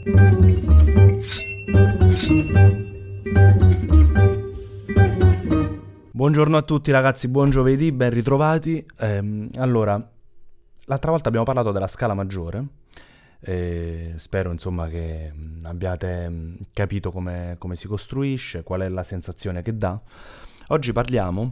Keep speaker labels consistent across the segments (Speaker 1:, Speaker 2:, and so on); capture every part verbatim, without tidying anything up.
Speaker 1: Buongiorno a tutti ragazzi, buon giovedì, ben ritrovati. Ehm, allora, l'altra volta abbiamo parlato della scala maggiore, e spero insomma che abbiate capito come, come si costruisce, qual è la sensazione che dà. Oggi parliamo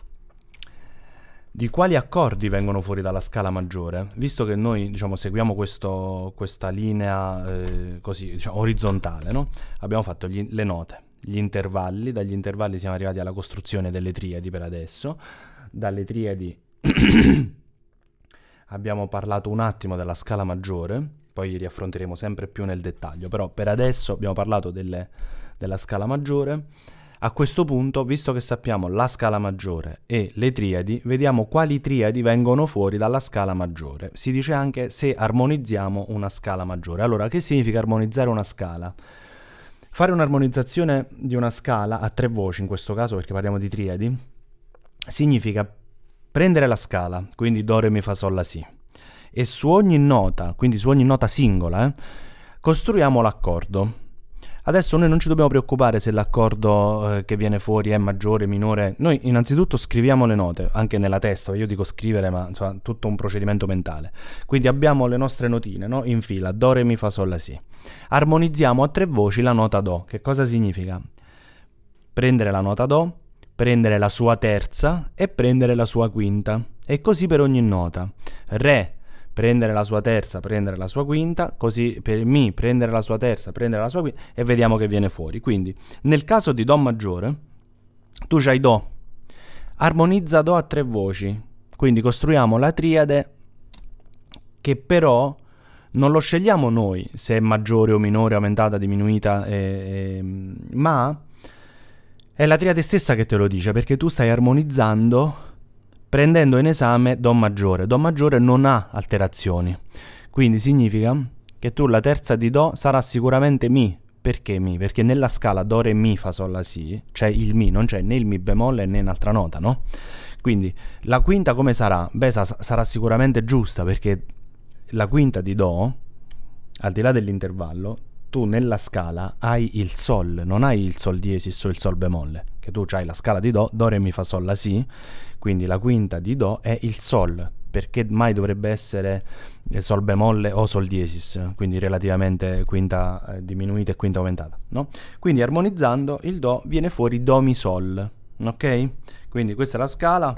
Speaker 1: di quali accordi vengono fuori dalla scala maggiore, visto che noi diciamo seguiamo questo, questa linea eh, così diciamo, orizzontale, no? Abbiamo fatto gli, le note, gli intervalli, dagli intervalli siamo arrivati alla costruzione delle triadi per adesso, dalle triadi abbiamo parlato un attimo della scala maggiore, poi riaffronteremo sempre più nel dettaglio, però per adesso abbiamo parlato delle, della scala maggiore. A questo punto, visto che sappiamo la scala maggiore e le triadi, vediamo quali triadi vengono fuori dalla scala maggiore. Si dice anche se armonizziamo una scala maggiore. Allora, che significa armonizzare una scala? Fare un'armonizzazione di una scala a tre voci, in questo caso perché parliamo di triadi, significa prendere la scala, quindi Do, Re, Mi, Fa, Sol, La, Si, e su ogni nota, quindi su ogni nota singola, eh, costruiamo l'accordo. Adesso noi non ci dobbiamo preoccupare se l'accordo eh, che viene fuori è maggiore, minore. Noi innanzitutto scriviamo le note, anche nella testa, io dico scrivere, ma insomma tutto un procedimento mentale. Quindi abbiamo le nostre notine, no? In fila, Do, Re, Mi, Fa, Sol, La, Si. Armonizziamo a tre voci la nota Do. Che cosa significa? Prendere la nota Do, prendere la sua terza e prendere la sua quinta. E così per ogni nota. Re, prendere la sua terza, prendere la sua quinta, così per Mi prendere la sua terza, prendere la sua quinta e vediamo che viene fuori. Quindi nel caso di Do maggiore tu c'hai Do, armonizza Do a tre voci, quindi costruiamo la triade che però non lo scegliamo noi se è maggiore o minore, aumentata, diminuita, eh, eh, ma è la triade stessa che te lo dice, perché tu stai armonizzando prendendo in esame Do maggiore. Do maggiore non ha alterazioni, quindi significa che tu la terza di Do sarà sicuramente Mi. Perché Mi? Perché nella scala Do, Re, Mi, Fa, Sol, La, Si c'è il Mi, non c'è né il Mi bemolle né un'altra nota, no? Quindi la quinta come sarà? Beh, sa- sarà sicuramente giusta, perché la quinta di Do, al di là dell'intervallo, tu nella scala hai il Sol, non hai il Sol diesis o il Sol bemolle, che tu hai la scala di Do, Do, Re, Mi, Fa, Sol, La, Si, quindi la quinta di Do è il Sol, perché mai dovrebbe essere Sol bemolle o Sol diesis, quindi relativamente quinta eh, diminuita e quinta aumentata, no? Quindi armonizzando il Do viene fuori Do, Mi, Sol, ok? Quindi questa è la scala.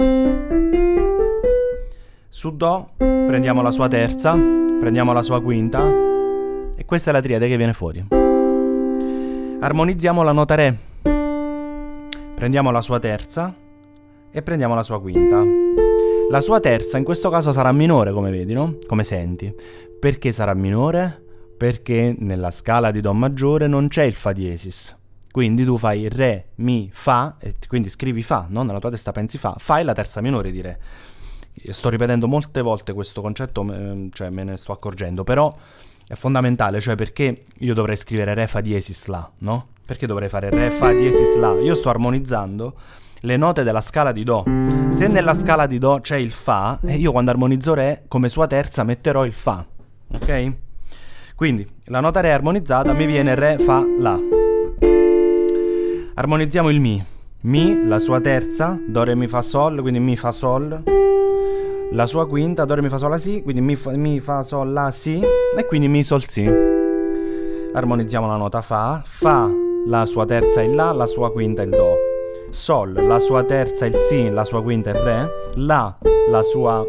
Speaker 1: Su Do prendiamo la sua terza, prendiamo la sua quinta e questa è la triade che viene fuori. Armonizziamo la nota Re, prendiamo la sua terza e prendiamo la sua quinta. La sua terza in questo caso sarà minore, come vedi, no? Come senti. Perché sarà minore? Perché nella scala di Do maggiore non c'è il Fa diesis. Quindi tu fai Re, Mi, Fa, e quindi scrivi Fa, no? Nella tua testa pensi Fa. Fa è la terza minore di Re. Sto ripetendo molte volte questo concetto, cioè me ne sto accorgendo, però è fondamentale, cioè perché io dovrei scrivere Re, Fa diesis, La, no? Perché dovrei fare Re, Fa diesis, La? Io sto armonizzando le note della scala di Do. Se nella scala di Do c'è il Fa, e io quando armonizzo Re come sua terza metterò il Fa, ok? Quindi la nota Re armonizzata mi viene Re, Fa, La. Armonizziamo il Mi. Mi, la sua terza, Do, Re, Mi, Fa, Sol, quindi Mi, Fa, Sol. La sua quinta, Do, Re, Mi, Fa, Sol, La, Si, quindi Mi, Fa, Mi, Fa, Sol, La, Si, e quindi Mi, Sol, Si. Armonizziamo la nota Fa. Fa, la sua terza è il La, la sua quinta è il Do. Sol, la sua terza è il Si, la sua quinta è il Re. La, la sua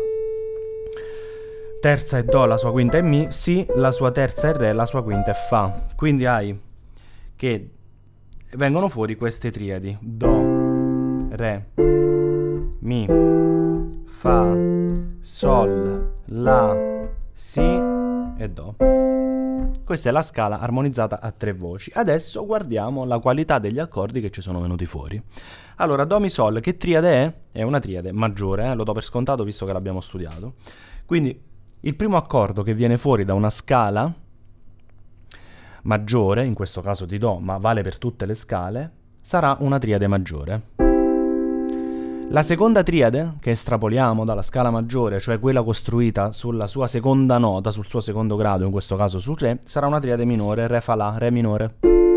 Speaker 1: terza è Do, la sua quinta è Mi. Si, la sua terza è Re, la sua quinta è Fa. Quindi hai che vengono fuori queste triadi: Do, Re, Mi, Fa, Sol, La, Si e Do. Questa è la scala armonizzata a tre voci. Adesso guardiamo la qualità degli accordi che ci sono venuti fuori. Allora, Do, Mi, Sol, che triade è? È una triade maggiore, eh? Lo do per scontato visto che l'abbiamo studiato. Quindi il primo accordo che viene fuori da una scala maggiore, in questo caso di Do, ma vale per tutte le scale, sarà una triade maggiore. La seconda triade, che estrapoliamo dalla scala maggiore, cioè quella costruita sulla sua seconda nota, sul suo secondo grado, in questo caso su Re, sarà una triade minore, Re Fa La, Re minore.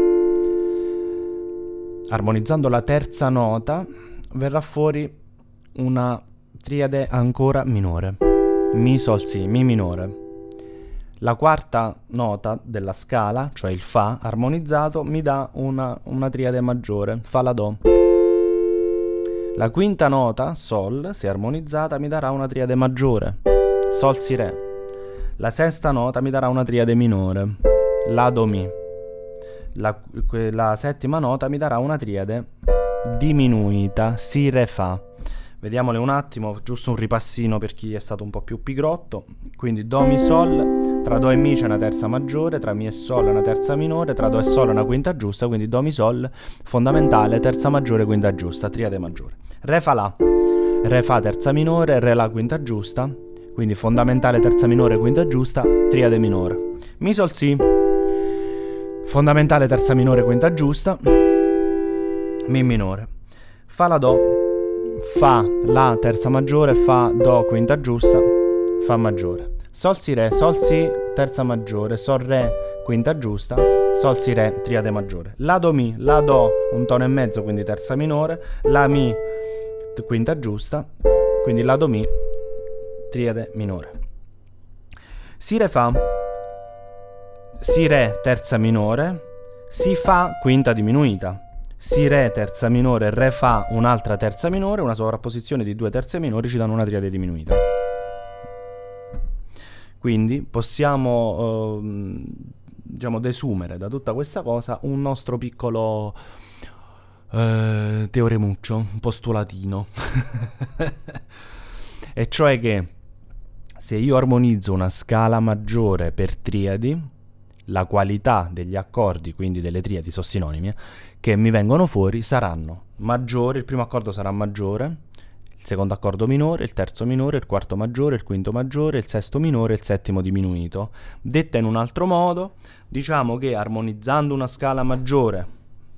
Speaker 1: Armonizzando la terza nota verrà fuori una triade ancora minore, Mi Sol Si, Mi minore. La quarta nota della scala, cioè il Fa armonizzato, mi dà una, una triade maggiore, Fa La Do. La quinta nota, Sol, se armonizzata, mi darà una triade maggiore, Sol Si Re. La sesta nota mi darà una triade minore, La Do Mi. La, la settima nota mi darà una triade diminuita, Si Re Fa. Vediamole un attimo, giusto un ripassino per chi è stato un po' più pigrotto. Quindi Do Mi Sol, tra Do e Mi c'è una terza maggiore, tra Mi e Sol una terza minore, tra Do e Sol una quinta giusta, quindi Do Mi Sol, fondamentale, terza maggiore, quinta giusta, triade maggiore. Re Fa La, Re Fa terza minore, Re La quinta giusta, quindi fondamentale terza minore, quinta giusta, triade minore. Mi Sol Si, fondamentale terza minore, quinta giusta, Mi minore. Fa La Do, Fa La terza maggiore, Fa Do quinta giusta, Fa maggiore. Sol Si Re, Sol Si terza maggiore, Sol Re quinta giusta, Sol Si Re triade maggiore. La Do Mi, La Do un tono e mezzo, quindi terza minore, La Mi quinta giusta, quindi La Do Mi triade minore. Si Re Fa, Si Re terza minore, Si Fa quinta diminuita, Si Re terza minore, Re Fa un'altra terza minore, una sovrapposizione di due terze minori ci danno una triade diminuita. Quindi possiamo eh, diciamo desumere da tutta questa cosa un nostro piccolo eh, teoremuccio, un postulatino. E cioè che se io armonizzo una scala maggiore per triadi, la qualità degli accordi, quindi delle triadi, sono sinonimi, che mi vengono fuori saranno maggiori, il primo accordo sarà maggiore, il secondo accordo minore, il terzo minore, il quarto maggiore, il quinto maggiore, il sesto minore e il settimo diminuito. Detta in un altro modo, diciamo che armonizzando una scala maggiore,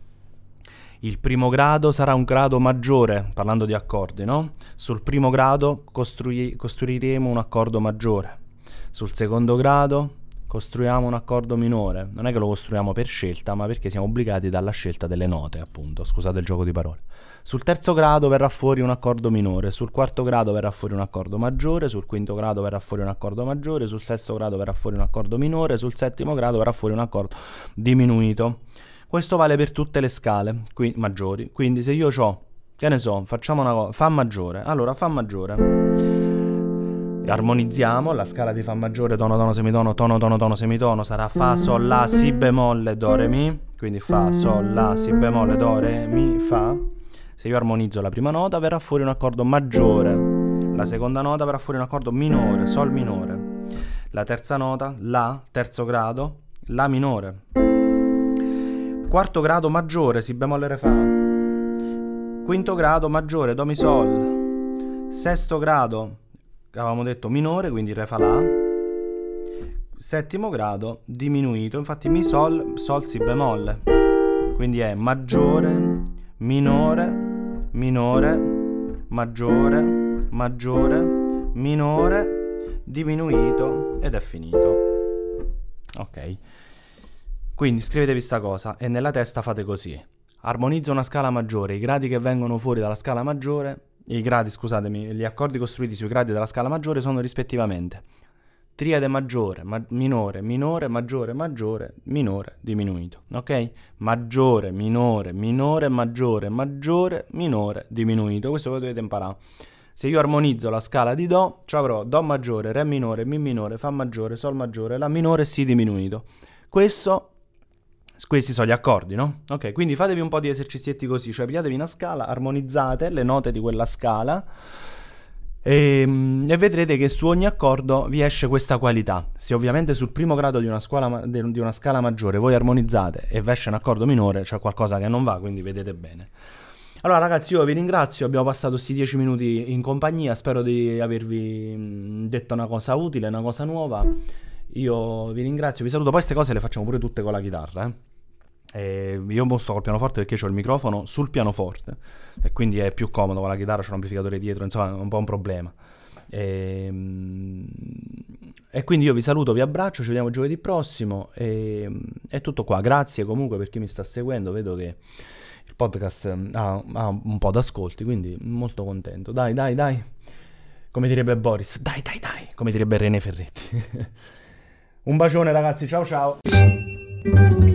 Speaker 1: il primo grado sarà un grado maggiore, parlando di accordi, no? Sul primo grado costrui- costruiremo un accordo maggiore, sul secondo grado costruiamo un accordo minore. Non è che lo costruiamo per scelta, ma perché siamo obbligati dalla scelta delle note, appunto. Scusate il gioco di parole. Sul terzo grado verrà fuori un accordo minore, sul quarto grado verrà fuori un accordo maggiore, sul quinto grado verrà fuori un accordo maggiore, sul sesto grado verrà fuori un accordo minore, sul settimo grado verrà fuori un accordo diminuito. Questo vale per tutte le scale qui, maggiori. Quindi se io ho, che ne so, facciamo una cosa, Fa maggiore, allora Fa maggiore. Armonizziamo la scala di Fa maggiore, tono, tono, semitono, tono, tono, tono, semitono, sarà Fa, Sol, La, Si bemolle, Do, Re, Mi, quindi Fa, Sol, La, Si bemolle, Do, Re, Mi, Fa. Se io armonizzo la prima nota verrà fuori un accordo maggiore, la seconda nota verrà fuori un accordo minore, Sol minore, la terza nota, La, terzo grado, La minore, quarto grado maggiore, Si bemolle, Re, Fa, quinto grado maggiore, Do, Mi, Sol, sesto grado avevamo detto minore, quindi Re, Fa, La, settimo grado diminuito, infatti Mi, Sol, Sol, Si bemolle, quindi è maggiore, minore, minore, maggiore, maggiore, minore, diminuito ed è finito. Ok, quindi scrivetevi sta cosa e nella testa fate così: armonizzo una scala maggiore, i gradi che vengono fuori dalla scala maggiore, i gradi, scusatemi, gli accordi costruiti sui gradi della scala maggiore sono rispettivamente triade maggiore, ma- minore, minore, maggiore, maggiore, minore, diminuito, ok? Maggiore, minore, minore, maggiore, maggiore, minore, diminuito. Questo lo dovete imparare. Se io armonizzo la scala di Do, ci avrò Do maggiore, Re minore, Mi minore, Fa maggiore, Sol maggiore, La minore, Si diminuito. Questo, questi sono gli accordi, no? Ok, quindi fatevi un po' di esercizietti così, cioè pigliatevi una scala, armonizzate le note di quella scala e, e vedrete che su ogni accordo vi esce questa qualità. Se ovviamente sul primo grado di una, scuola, di una scala maggiore voi armonizzate e vi esce un accordo minore, c'è qualcosa che non va, quindi vedete bene. Allora ragazzi, io vi ringrazio, abbiamo passato questi dieci minuti in compagnia, spero di avervi detto una cosa utile, una cosa nuova. Io vi ringrazio, vi saluto, poi queste cose le facciamo pure tutte con la chitarra, eh. E io mo sto col pianoforte perché ho il microfono sul pianoforte e quindi è più comodo, con la chitarra c'è un amplificatore dietro, insomma è un po' un problema. E, e quindi io vi saluto, vi abbraccio, ci vediamo giovedì prossimo e è tutto qua. Grazie comunque per chi mi sta seguendo, vedo che il podcast ha, ha un po' d'ascolti, quindi molto contento. Dai, dai, dai, come direbbe Boris, dai, dai, dai, come direbbe René Ferretti. Un bacione ragazzi, ciao ciao.